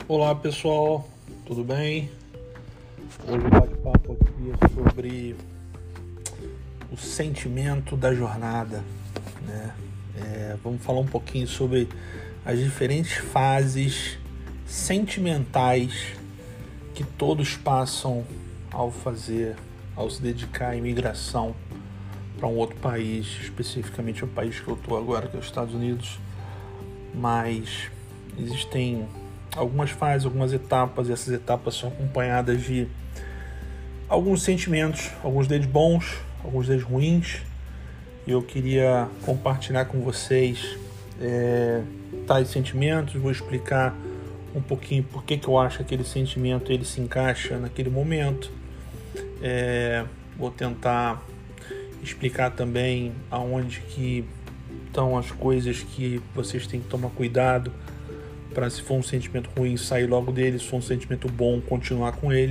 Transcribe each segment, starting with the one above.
Olá pessoal, tudo bem? Hoje o bate-papo aqui é sobre o sentimento da jornada, né? Vamos falar um pouquinho sobre as diferentes fases sentimentais que todos passam ao se dedicar à imigração para um outro país, especificamente o país que eu estou agora, que é os Estados Unidos. Mas existem algumas fases, algumas etapas, e essas etapas são acompanhadas de alguns sentimentos, alguns deles bons, alguns deles ruins. E eu queria compartilhar com vocês tais sentimentos. Vou explicar um pouquinho por que eu acho que aquele sentimento ele se encaixa naquele momento. Vou tentar explicar também aonde que estão as coisas que vocês têm que tomar cuidado para, se for um sentimento ruim, sair logo dele, se for um sentimento bom, continuar com ele.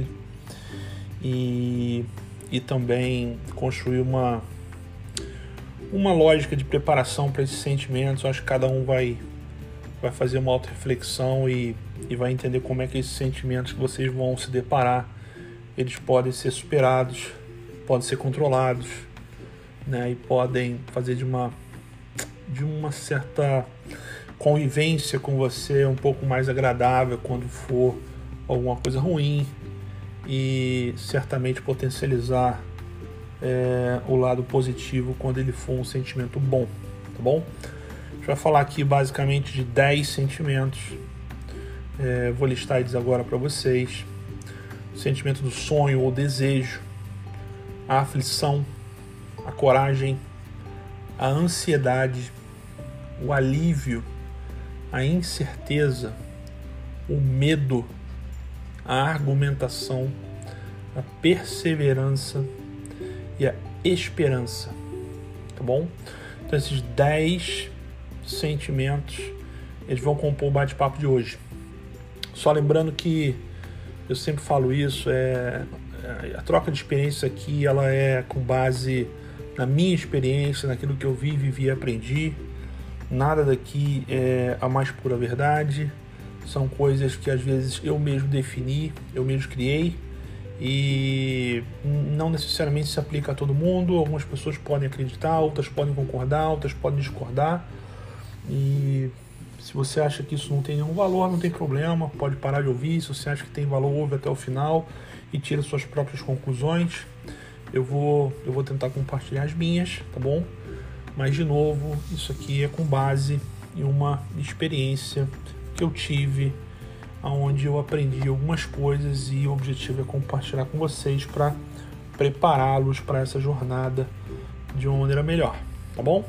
E também construir uma lógica de preparação para esses sentimentos. Eu acho que cada um vai fazer uma auto-reflexão e vai entender como é que esses sentimentos que vocês vão se deparar, eles podem ser superados, podem ser controlados, né? E podem fazer de uma certa convivência com você um pouco mais agradável quando for alguma coisa ruim, e certamente potencializar o lado positivo quando ele for um sentimento bom, tá bom? A gente vai falar aqui basicamente de 10 sentimentos. Vou listar eles agora para vocês. O sentimento do sonho ou desejo, a aflição, a coragem, a ansiedade, o alívio, a incerteza, o medo, a argumentação, a perseverança e a esperança, tá bom? Então esses 10 sentimentos, eles vão compor o bate-papo de hoje. Só lembrando que eu sempre falo isso, a troca de experiência aqui, ela é com base na minha experiência, naquilo que eu vivi e aprendi. Nada daqui é a mais pura verdade. São coisas que às vezes eu mesmo defini, eu mesmo criei, e não necessariamente se aplica a todo mundo. Algumas pessoas podem acreditar, outras podem concordar, outras podem discordar. E se você acha que isso não tem nenhum valor, não tem problema, pode parar de ouvir. Se você acha que tem valor, ouve até o final e tira suas próprias conclusões. Eu vou tentar compartilhar as minhas, tá bom? Mas, de novo, isso aqui é com base em uma experiência que eu tive, onde eu aprendi algumas coisas, e o objetivo é compartilhar com vocês para prepará-los para essa jornada de uma maneira melhor, tá bom?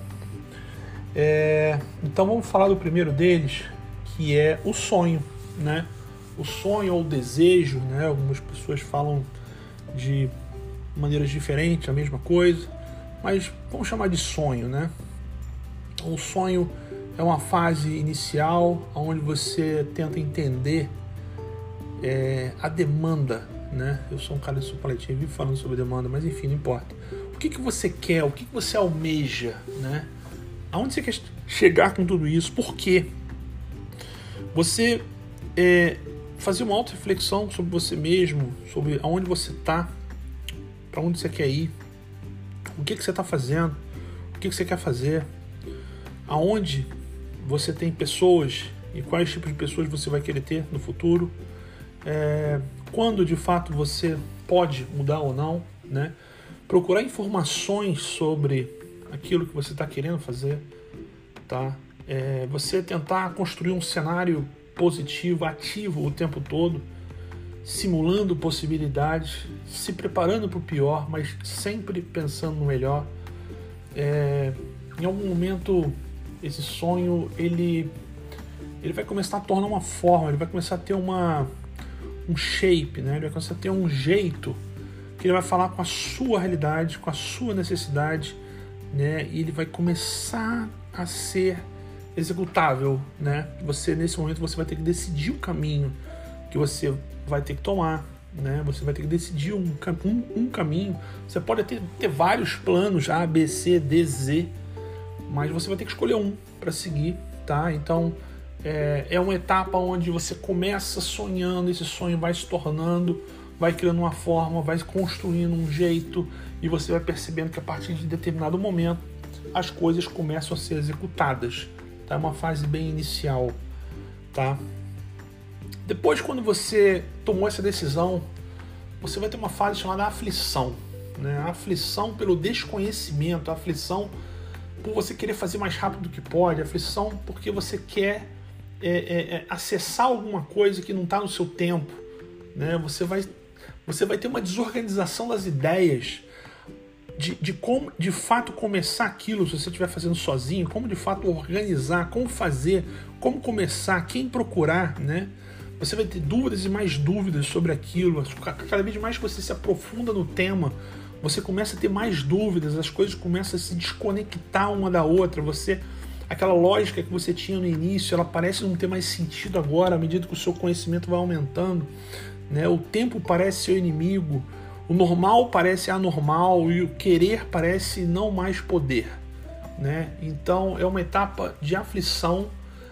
Então vamos falar do primeiro deles, que é o sonho, né? O sonho ou o desejo, né? Algumas pessoas falam de maneiras diferentes, a mesma coisa, mas vamos chamar de sonho, né? O sonho é uma fase inicial onde você tenta entender a demanda, né? Eu sou um cara de supaletinha, vivo falando sobre demanda, mas enfim, não importa. O que você quer, o que você almeja, né? Aonde você quer chegar com tudo isso? Por quê? Você fazer uma auto-reflexão sobre você mesmo, sobre aonde você está, para onde você quer ir, o que você está fazendo, o que você quer fazer, aonde você tem pessoas e quais tipos de pessoas você vai querer ter no futuro, quando de fato você pode mudar ou não, né? Procurar informações sobre aquilo que você está querendo fazer, tá? Você tentar construir um cenário positivo, ativo o tempo todo, simulando possibilidades, se preparando para o pior, mas sempre pensando no melhor. Em algum momento, esse sonho ele vai começar a tornar uma forma, ele vai começar a ter um shape, né? Ele vai começar a ter um jeito que ele vai falar com a sua realidade, com a sua necessidade, né? E ele vai começar a ser executável, né? Nesse momento, você vai ter que decidir o caminho que você vai ter que tomar, né? Você vai ter que decidir um caminho. Você pode ter vários planos, A, B, C, D, Z, mas você vai ter que escolher um para seguir, tá? Então, É uma etapa onde você começa sonhando, esse sonho vai se tornando, vai criando uma forma, vai construindo um jeito, e você vai percebendo que a partir de determinado momento as coisas começam a ser executadas. Tá? É uma fase bem inicial. Tá? Depois, quando você tomou essa decisão, você vai ter uma fase chamada aflição. Né? A aflição pelo desconhecimento, a aflição por você querer fazer mais rápido do que pode, a aflição porque você quer acessar alguma coisa que não está no seu tempo. Né? Você vai ter uma desorganização das ideias de como de fato começar aquilo, se você estiver fazendo sozinho, como de fato organizar, como fazer, como começar, quem procurar, né? Você vai ter dúvidas e mais dúvidas sobre aquilo. Cada vez mais que você se aprofunda no tema, você começa a ter mais dúvidas, as coisas começam a se desconectar uma da outra. Aquela lógica que você tinha no início, ela parece não ter mais sentido agora, à medida que o seu conhecimento vai aumentando. Né? O tempo parece seu inimigo, o normal parece anormal e o querer parece não mais poder. Né? Então é uma etapa de aflição,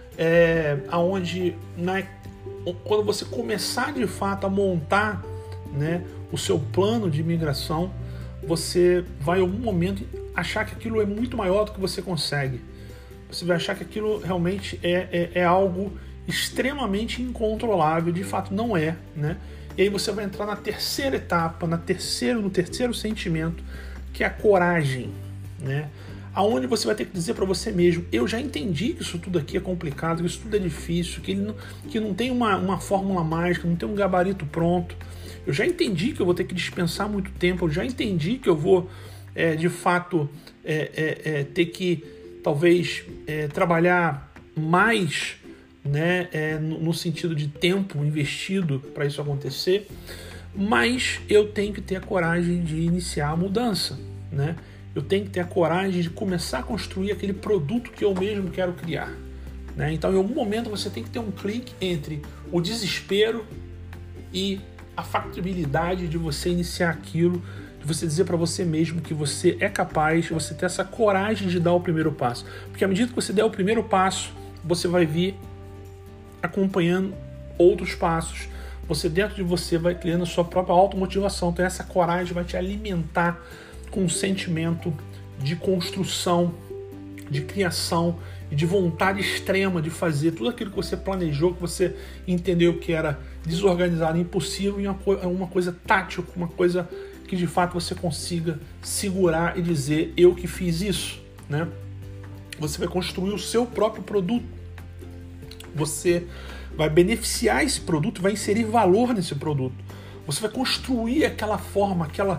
onde quando você começar de fato a montar, né, o seu plano de migração, você vai em algum momento achar que aquilo é muito maior do que você consegue. Você vai achar que aquilo realmente é algo extremamente incontrolável, de fato não é, né? E aí você vai entrar na terceira etapa, no terceiro sentimento, que é a coragem, né? Aonde você vai ter que dizer para você mesmo: eu já entendi que isso tudo aqui é complicado, que isso tudo é difícil, que não tem uma fórmula mágica, não tem um gabarito pronto. Eu já entendi que eu vou ter que dispensar muito tempo, eu já entendi que eu vou, de fato, ter que, talvez, trabalhar mais, né, no sentido de tempo investido para isso acontecer, mas eu tenho que ter a coragem de iniciar a mudança, né? Eu tenho que ter a coragem de começar a construir aquele produto que eu mesmo quero criar. Né? Então, em algum momento, você tem que ter um clique entre o desespero e a factibilidade de você iniciar aquilo, de você dizer para você mesmo que você é capaz, de você ter essa coragem de dar o primeiro passo. Porque à medida que você der o primeiro passo, você vai vir acompanhando outros passos. Você, dentro de você, vai criando a sua própria automotivação. Então, essa coragem vai te alimentar com um sentimento de construção, de criação e de vontade extrema de fazer tudo aquilo que você planejou, que você entendeu que era desorganizado, impossível, em uma coisa tátil, uma coisa que de fato você consiga segurar e dizer: eu que fiz isso. Né? Você vai construir o seu próprio produto, você vai beneficiar esse produto, vai inserir valor nesse produto, você vai construir aquela forma, aquela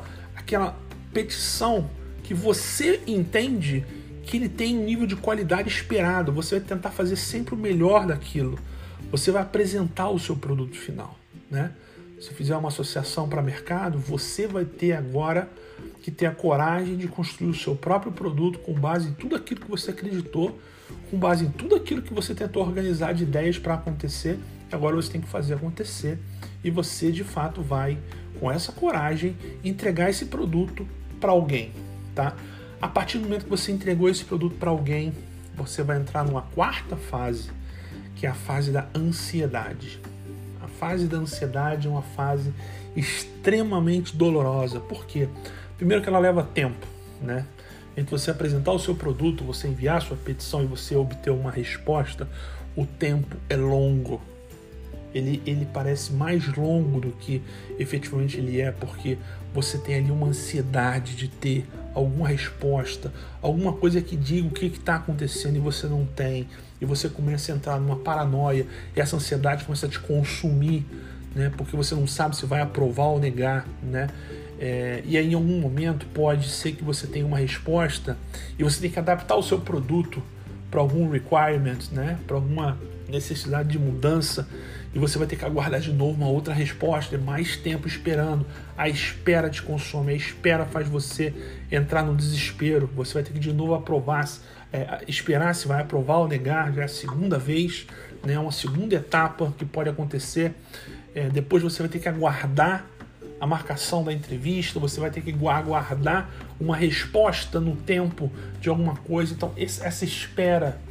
petição que você entende que ele tem um nível de qualidade esperado. Você vai tentar fazer sempre o melhor daquilo. Você vai apresentar o seu produto final, né? Se fizer uma associação para mercado, você vai ter agora que ter a coragem de construir o seu próprio produto com base em tudo aquilo que você acreditou, com base em tudo aquilo que você tentou organizar de ideias para acontecer. Agora você tem que fazer acontecer, e você de fato vai, com essa coragem, entregar esse produto para alguém, tá? A partir do momento que você entregou esse produto para alguém, você vai entrar numa quarta fase, que é a fase da ansiedade. A fase da ansiedade é uma fase extremamente dolorosa. Por quê? Primeiro que ela leva tempo, né? Entre você apresentar o seu produto, você enviar a sua petição e você obter uma resposta, o tempo é longo. Ele parece mais longo do que efetivamente ele é, porque você tem ali uma ansiedade de ter alguma resposta, alguma coisa que diga o que está acontecendo e você não tem, e você começa a entrar numa paranoia, e essa ansiedade começa a te consumir, né, porque você não sabe se vai aprovar ou negar, né? E aí em algum momento pode ser que você tenha uma resposta e você tem que adaptar o seu produto para algum requirement, né, para alguma necessidade de mudança, e você vai ter que aguardar de novo uma outra resposta, mais tempo esperando. A espera te consome, a espera faz você entrar no desespero. Você vai ter que de novo aprovar, esperar se vai aprovar ou negar, já é a segunda vez, né, uma segunda etapa que pode acontecer. Depois você vai ter que aguardar a marcação da entrevista, você vai ter que aguardar uma resposta no tempo de alguma coisa. Então essa espera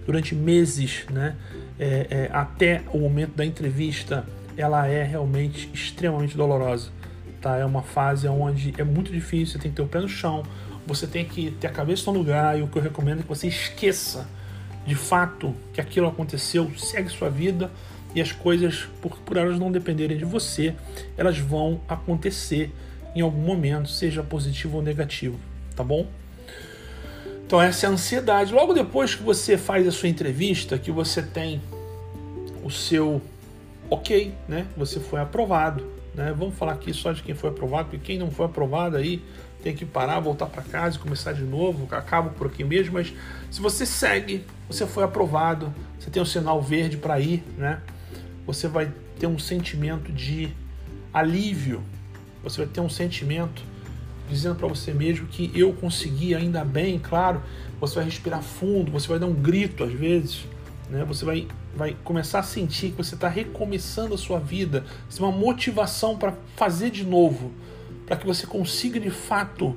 durante meses, né? Até o momento da entrevista, ela é realmente extremamente dolorosa, tá? É uma fase onde é muito difícil, você tem que ter o pé no chão, você tem que ter a cabeça no lugar, e o que eu recomendo é que você esqueça de fato que aquilo aconteceu, segue sua vida, e as coisas, por elas não dependerem de você, elas vão acontecer em algum momento, seja positivo ou negativo, tá bom? Então essa é a ansiedade. Logo depois que você faz a sua entrevista, que você tem o seu ok, né? Você foi aprovado, né? Vamos falar aqui só de quem foi aprovado, porque quem não foi aprovado aí tem que parar, voltar para casa e começar de novo, acabo por aqui mesmo, mas se você segue, você foi aprovado, você tem um sinal verde para ir, né? Você vai ter um sentimento de alívio, você vai ter um sentimento dizendo para você mesmo que eu consegui, ainda bem, claro, você vai respirar fundo, você vai dar um grito às vezes, né? Você vai começar a sentir que você está recomeçando a sua vida, isso é uma motivação para fazer de novo, para que você consiga de fato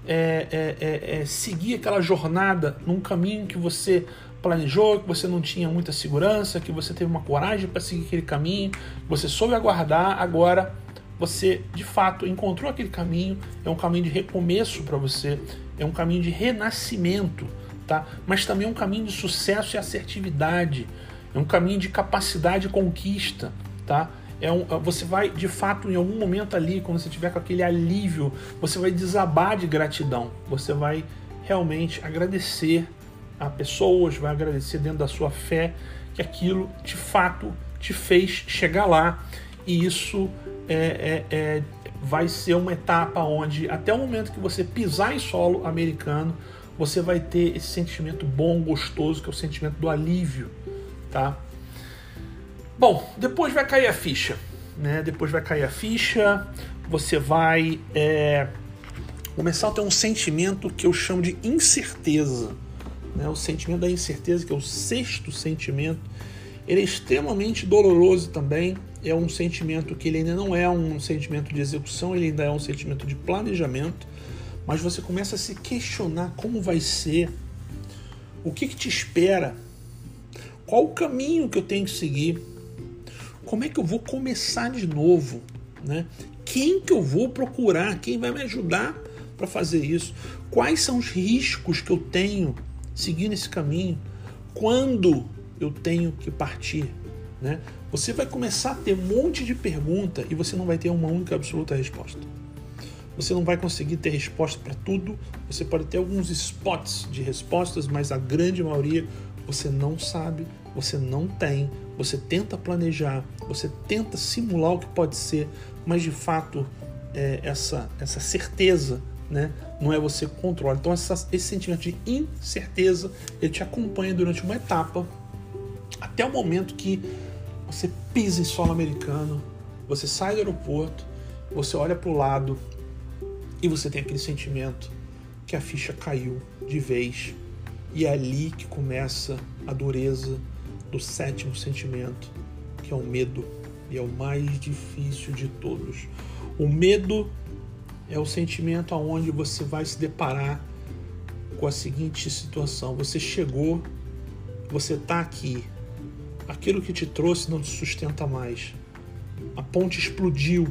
seguir aquela jornada num caminho que você planejou, que você não tinha muita segurança, que você teve uma coragem para seguir aquele caminho, que você soube aguardar, agora você de fato encontrou aquele caminho, é um caminho de recomeço para você, é um caminho de renascimento, tá? Mas também é um caminho de sucesso e assertividade, é um caminho de capacidade e conquista, tá? Você vai, de fato, em algum momento ali, quando você tiver com aquele alívio, você vai desabar de gratidão, você vai realmente agradecer a pessoas, vai agradecer dentro da sua fé que aquilo, de fato, te fez chegar lá, e isso vai ser uma etapa onde, até o momento que você pisar em solo americano, você vai ter esse sentimento bom, gostoso, que é o sentimento do alívio, tá? Bom, depois vai cair a ficha, né? Depois vai cair a ficha, você vai começar a ter um sentimento que eu chamo de incerteza, né? O sentimento da incerteza, que é o sexto sentimento, ele é extremamente doloroso também, é um sentimento que ele ainda não é um sentimento de execução, ele ainda é um sentimento de planejamento, mas você começa a se questionar como vai ser, o que te espera, qual o caminho que eu tenho que seguir, como é que eu vou começar de novo, né? Quem que eu vou procurar, quem vai me ajudar para fazer isso, quais são os riscos que eu tenho seguindo esse caminho, quando eu tenho que partir, né? Você vai começar a ter um monte de pergunta e você não vai ter uma única absoluta resposta. Você não vai conseguir ter resposta para tudo, você pode ter alguns spots de respostas, mas a grande maioria você não sabe, você não tem, você tenta planejar, você tenta simular o que pode ser, mas de fato essa certeza, né, não é você que controla. Então esse sentimento de incerteza, ele te acompanha durante uma etapa, até o momento que você pisa em solo americano, você sai do aeroporto, você olha para o lado e você tem aquele sentimento que a ficha caiu de vez. E é ali que começa a dureza do sétimo sentimento, que é o medo, e é o mais difícil de todos. O medo é o sentimento onde você vai se deparar com a seguinte situação: você chegou, você está aqui, aquilo que te trouxe não te sustenta mais, a ponte explodiu,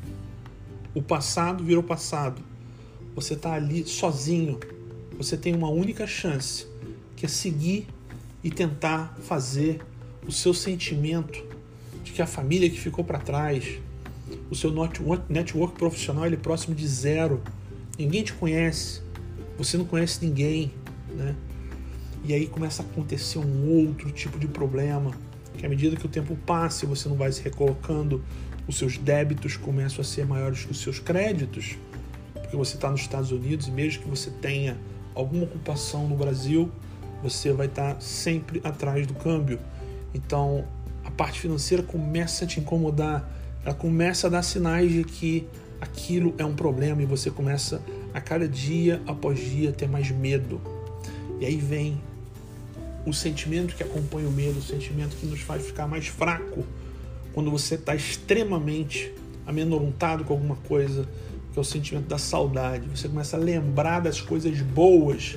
o passado virou passado, você está ali sozinho, você tem uma única chance, que é seguir e tentar fazer o seu sentimento de que a família que ficou para trás, o seu network profissional, ele é próximo de zero, ninguém te conhece, você não conhece ninguém, né? E aí começa a acontecer um outro tipo de problema, que à medida que o tempo passa e você não vai se recolocando, os seus débitos começam a ser maiores que os seus créditos, porque você está nos Estados Unidos, e mesmo que você tenha alguma ocupação no Brasil, você vai estar sempre atrás do câmbio. Então a parte financeira começa a te incomodar, ela começa a dar sinais de que aquilo é um problema, e você começa a cada dia após dia ter mais medo. E aí vem o sentimento que acompanha o medo, o sentimento que nos faz ficar mais fraco quando você está extremamente amedrontado com alguma coisa, que é o sentimento da saudade. Você começa a lembrar das coisas boas que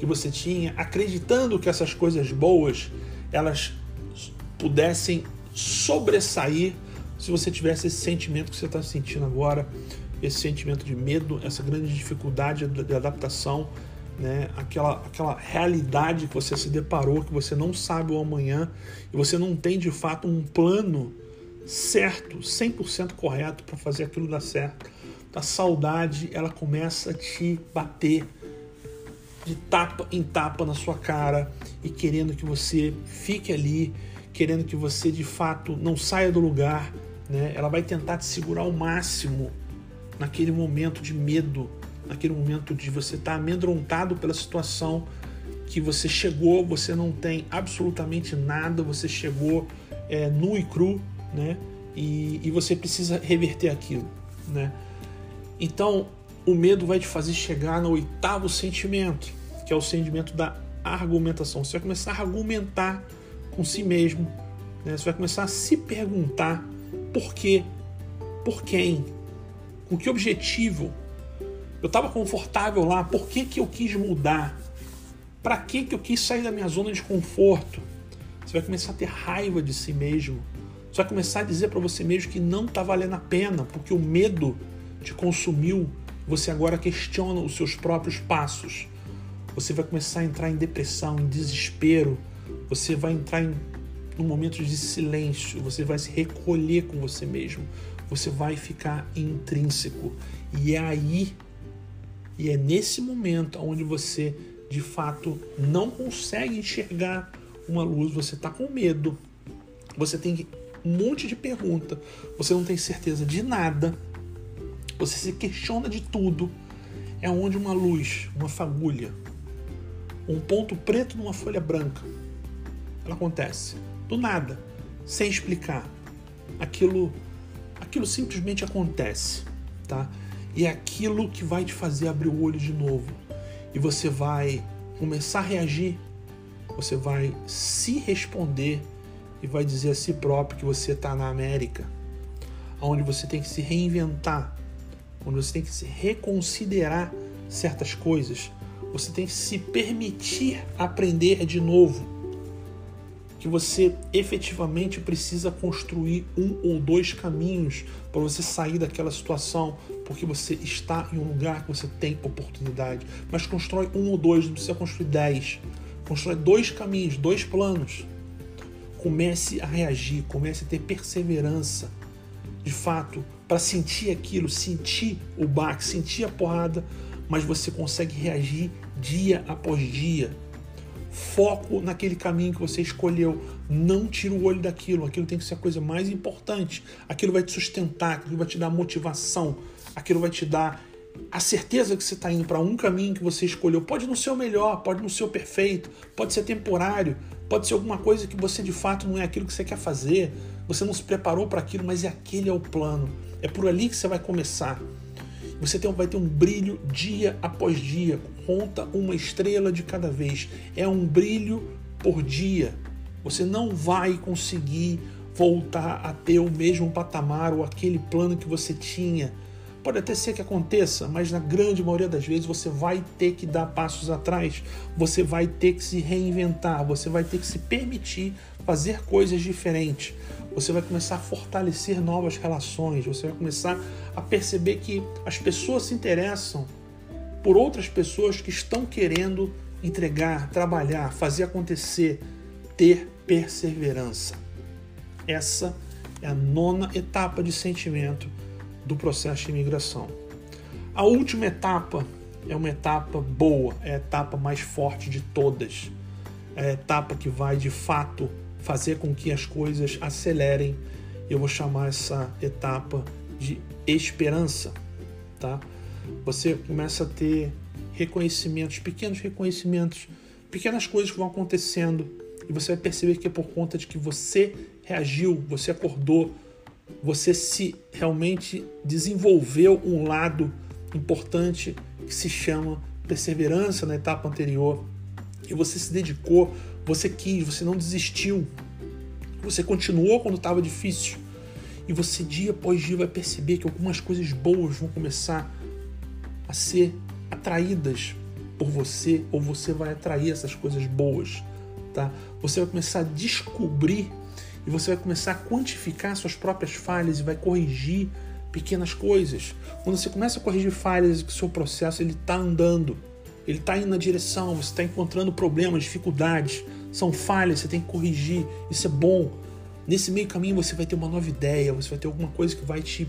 que você tinha, acreditando que essas coisas boas elas pudessem sobressair se você tivesse esse sentimento que você está sentindo agora, esse sentimento de medo, essa grande dificuldade de adaptação, né? Aquela realidade que você se deparou, que você não sabe o amanhã e você não tem de fato um plano certo, 100% correto para fazer aquilo dar certo. A saudade, ela começa a te bater de tapa em tapa na sua cara e querendo que você fique ali, querendo que você de fato não saia do lugar, né? Ela vai tentar te segurar ao máximo naquele momento de medo, naquele momento de você estar amedrontado pela situação que você chegou, você não tem absolutamente nada, você chegou nu e cru, né? E você precisa reverter aquilo, né? Então, o medo vai te fazer chegar no 8º sentimento, que é o sentimento da argumentação. Você vai começar a argumentar com si mesmo, né? Você vai começar a se perguntar por quê, por quem, com que objetivo. Eu estava confortável lá, por que eu quis mudar? Para que eu quis sair da minha zona de conforto? Você vai começar a ter raiva de si mesmo. Você vai começar a dizer para você mesmo que não está valendo a pena, porque o medo te consumiu. Você agora questiona os seus próprios passos. Você vai começar a entrar em depressão, em desespero. Você vai entrar em momentos de silêncio. Você vai se recolher com você mesmo. Você vai ficar intrínseco. E é nesse momento onde você, de fato, não consegue enxergar uma luz. Você está com medo. Você tem um monte de pergunta. Você não tem certeza de nada. Você se questiona de tudo. É onde uma luz, uma fagulha, um ponto preto numa folha branca, ela acontece. Do nada, sem explicar. Aquilo simplesmente acontece, tá? E é aquilo que vai te fazer abrir o olho de novo. E você vai começar a reagir. Você vai se responder e vai dizer a si próprio que você está na América, onde você tem que se reinventar, onde você tem que se reconsiderar certas coisas. Você tem que se permitir aprender de novo. Que você efetivamente precisa construir 1 ou 2 caminhos para você sair daquela situação, porque você está em um lugar que você tem oportunidade. Mas constrói 1 ou 2, não precisa construir 10. Constrói 2 caminhos, 2 planos. Comece a reagir, comece a ter perseverança, de fato, para sentir aquilo, sentir o baque, sentir a porrada, mas você consegue reagir dia após dia. Foco naquele caminho que você escolheu. Não tira o olho daquilo. Aquilo tem que ser a coisa mais importante. Aquilo vai te sustentar, aquilo vai te dar motivação, aquilo vai te dar a certeza que você está indo para um caminho que você escolheu. Pode não ser o melhor, pode não ser o perfeito, pode ser temporário, pode ser alguma coisa que você de fato não é aquilo que você quer fazer, você não se preparou para aquilo, mas aquele é o plano. É por ali que você vai começar. Você vai ter um brilho dia após dia. Conta uma estrela de cada vez. É um brilho por dia. Você não vai conseguir voltar a ter o mesmo patamar ou aquele plano que você tinha. Pode até ser que aconteça, mas na grande maioria das vezes você vai ter que dar passos atrás. Você vai ter que se reinventar. Você vai ter que se permitir fazer coisas diferentes. Você vai começar a fortalecer novas relações. Você vai começar a perceber que as pessoas se interessam por outras pessoas que estão querendo entregar, trabalhar, fazer acontecer, ter perseverança. Essa é a 9ª etapa de sentimento do processo de imigração. A última etapa é uma etapa boa, é a etapa mais forte de todas. É a etapa que vai, de fato, fazer com que as coisas acelerem. Eu vou chamar essa etapa de esperança, tá? Você começa a ter reconhecimentos, pequenos reconhecimentos, pequenas coisas que vão acontecendo e você vai perceber que é por conta de que você reagiu, você acordou, você se realmente desenvolveu um lado importante que se chama perseverança na etapa anterior e você se dedicou, você quis, você não desistiu, você continuou quando estava difícil e você dia após dia vai perceber que algumas coisas boas vão começar a ser atraídas por você, ou você vai atrair essas coisas boas, tá? Você vai começar a descobrir e você vai começar a quantificar suas próprias falhas e vai corrigir pequenas coisas. Quando você começa a corrigir falhas, o seu processo ele está andando, ele está indo na direção, você está encontrando problemas, dificuldades, são falhas, você tem que corrigir, isso é bom. Nesse meio caminho você vai ter uma nova ideia, você vai ter alguma coisa que vai te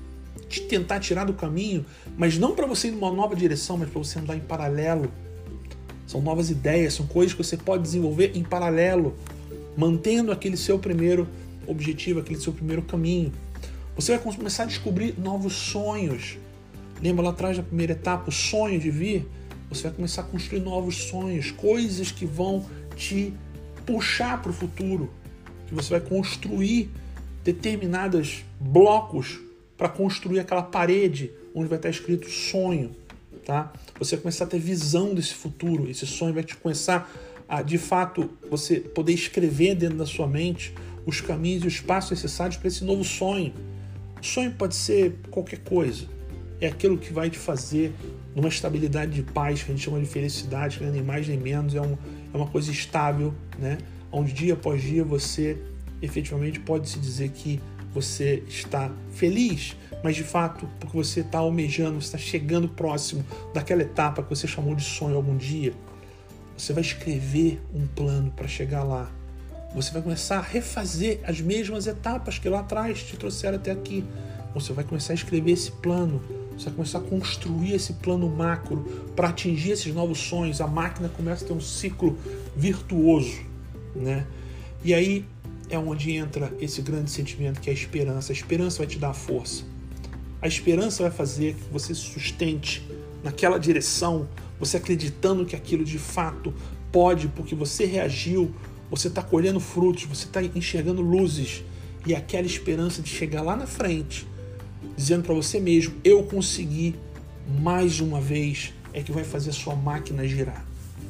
tentar tirar do caminho, mas não para você ir numa nova direção, mas para você andar em paralelo. São novas ideias, são coisas que você pode desenvolver em paralelo, mantendo aquele seu primeiro objetivo, aquele seu primeiro caminho. Você vai começar a descobrir novos sonhos. Lembra lá atrás da primeira etapa, o sonho de vir? Você vai começar a construir novos sonhos, coisas que vão te puxar para o futuro, que você vai construir determinados blocos para construir aquela parede onde vai estar escrito sonho, tá? Você vai começar a ter visão desse futuro, esse sonho vai te começar a, de fato, você poder escrever dentro da sua mente os caminhos e os passos necessários para esse novo sonho. O sonho pode ser qualquer coisa, é aquilo que vai te fazer numa estabilidade de paz, que a gente chama de felicidade, que nem mais nem menos, é uma coisa estável, né? Onde dia após dia você efetivamente pode se dizer que você está feliz, mas de fato porque você está almejando, você está chegando próximo daquela etapa que você chamou de sonho algum dia. Você vai escrever um plano para chegar lá. Você vai começar a refazer as mesmas etapas que lá atrás te trouxeram até aqui. Você vai começar a escrever esse plano, você vai começar a construir esse plano macro para atingir esses novos sonhos. A máquina começa a ter um ciclo virtuoso, né? E aí é onde entra esse grande sentimento que é a esperança. A esperança vai te dar força. A esperança vai fazer que você se sustente naquela direção, você acreditando que aquilo de fato pode, porque você reagiu, você está colhendo frutos, você está enxergando luzes, e aquela esperança de chegar lá na frente, dizendo para você mesmo, eu consegui, mais uma vez, é que vai fazer a sua máquina girar.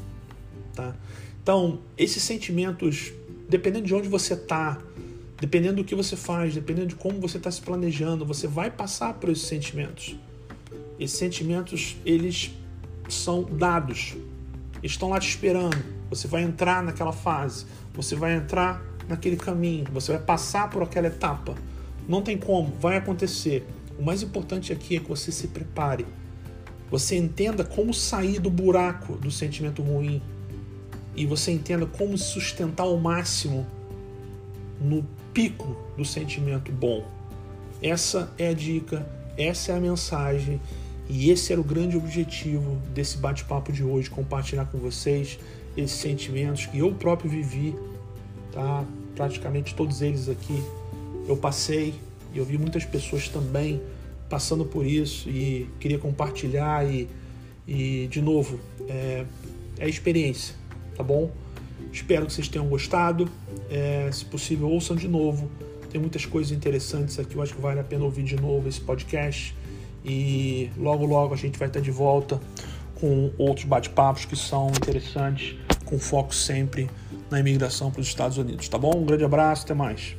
Tá? Então, esses sentimentos, dependendo de onde você está, dependendo do que você faz, dependendo de como você está se planejando, você vai passar por esses sentimentos. Esses sentimentos, eles são dados, estão lá te esperando. Você vai entrar naquela fase, você vai entrar naquele caminho, você vai passar por aquela etapa. Não tem como, vai acontecer. O mais importante aqui é que você se prepare. Você entenda como sair do buraco do sentimento ruim e você entenda como se sustentar ao máximo no pico do sentimento bom. Essa é a dica, essa é a mensagem e esse era o grande objetivo desse bate-papo de hoje, compartilhar com vocês esses sentimentos que eu próprio vivi, tá? Praticamente todos eles aqui eu passei e eu vi muitas pessoas também passando por isso e queria compartilhar e de novo, é experiência, tá bom? Espero que vocês tenham gostado, se possível ouçam de novo, tem muitas coisas interessantes aqui, eu acho que vale a pena ouvir de novo esse podcast e logo a gente vai estar de volta com outros bate-papos que são interessantes, com foco sempre na imigração para os Estados Unidos, tá bom? Um grande abraço, até mais.